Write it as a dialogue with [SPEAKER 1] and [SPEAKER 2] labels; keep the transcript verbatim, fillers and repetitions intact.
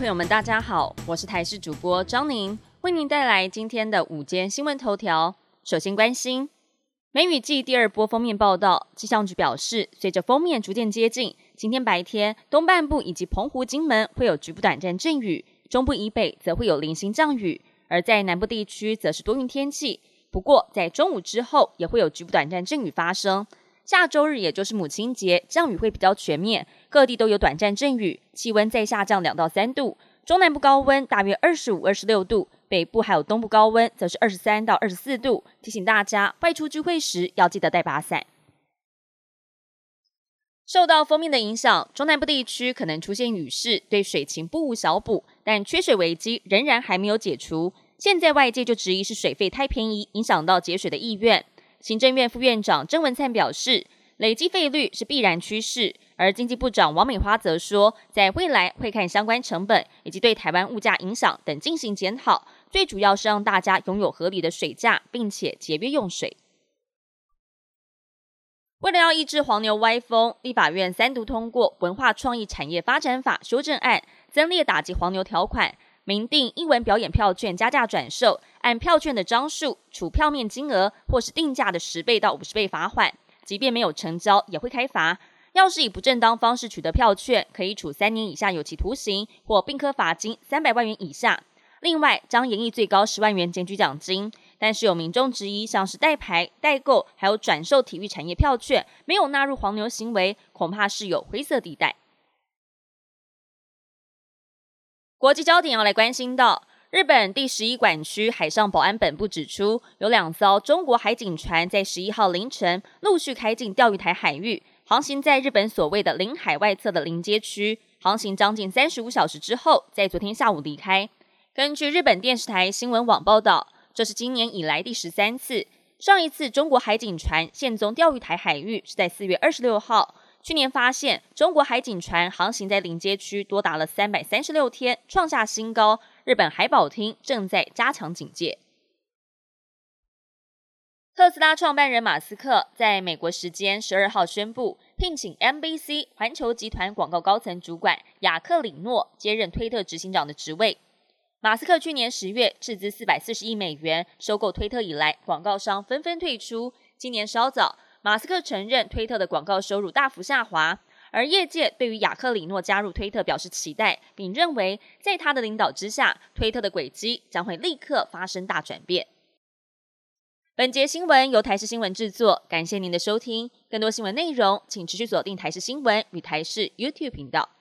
[SPEAKER 1] 友们，大家好，我是台视主播张宁，为您带来今天的午间新闻头条。首先关心梅雨季第二波锋面报道，气象局表示，随着锋面逐渐接近，今天白天东半部以及澎湖、金门会有局部短暂阵雨，中部以北则会有零星降雨，而在南部地区则是多云天气。不过在中午之后也会有局部短暂阵雨发生。下周日也就是母亲节，降雨会比较全面，各地都有短暂阵雨，气温再下降两到三度，中南部高温大约二十五、二十六度，北部还有东部高温则是二十三到二十四度。提醒大家外出聚会时要记得带把伞。受到锋面的影响，中南部地区可能出现雨势，对水情不无小补，但缺水危机仍然还没有解除。现在外界就质疑是水费太便宜，影响到节水的意愿。行政院副院长郑文灿表示，累积费率是必然趋势，而经济部长王美花则说，在未来会看相关成本以及对台湾物价影响等进行检讨，最主要是让大家拥有合理的水价，并且节约用水。为了要抑制黄牛歪风，立法院三读通过文化创意产业发展法修正案，增列打击黄牛条款，明定艺文表演票券加价转售，按票券的张数、处票面金额或是定价的十倍到五十倍罚款，即便没有成交也会开罚。要是以不正当方式取得票券，可以处三年以下有期徒刑或并科罚金三百万元以下。另外，将研议最高十万元检举奖金。但是有民众质疑，像是代牌、代购还有转售体育产业票券没有纳入黄牛行为，恐怕是有灰色地带。国际焦点要来关心到，日本第十一管区海上保安本部指出，有两艘中国海警船在十一号凌晨陆续开进钓鱼台海域，航行在日本所谓的领海外侧的临街区，航行将近三十五小时之后，在昨天下午离开。根据日本电视台新闻网报道，这是今年以来第十三次。上一次中国海警船现踪钓鱼台海域是在四月二十六号。去年发现中国海警船航行在临街区多达了三百三十六天，创下新高。日本海保厅正在加强警戒。特斯拉创办人马斯克在美国时间十二号宣布，聘请 N B C 环球集团广告高层主管雅克里诺接任推特执行长的职位。马斯克去年十月斥资四百四十亿美元收购推特以来，广告商纷纷退出。今年稍早，马斯克承认推特的广告收入大幅下滑，而业界对于雅克里诺加入推特表示期待，并认为在他的领导之下，推特的轨迹将会立刻发生大转变。本节新闻由台视新闻制作，感谢您的收听。更多新闻内容，请持续锁定台视新闻与台视 YouTube 频道。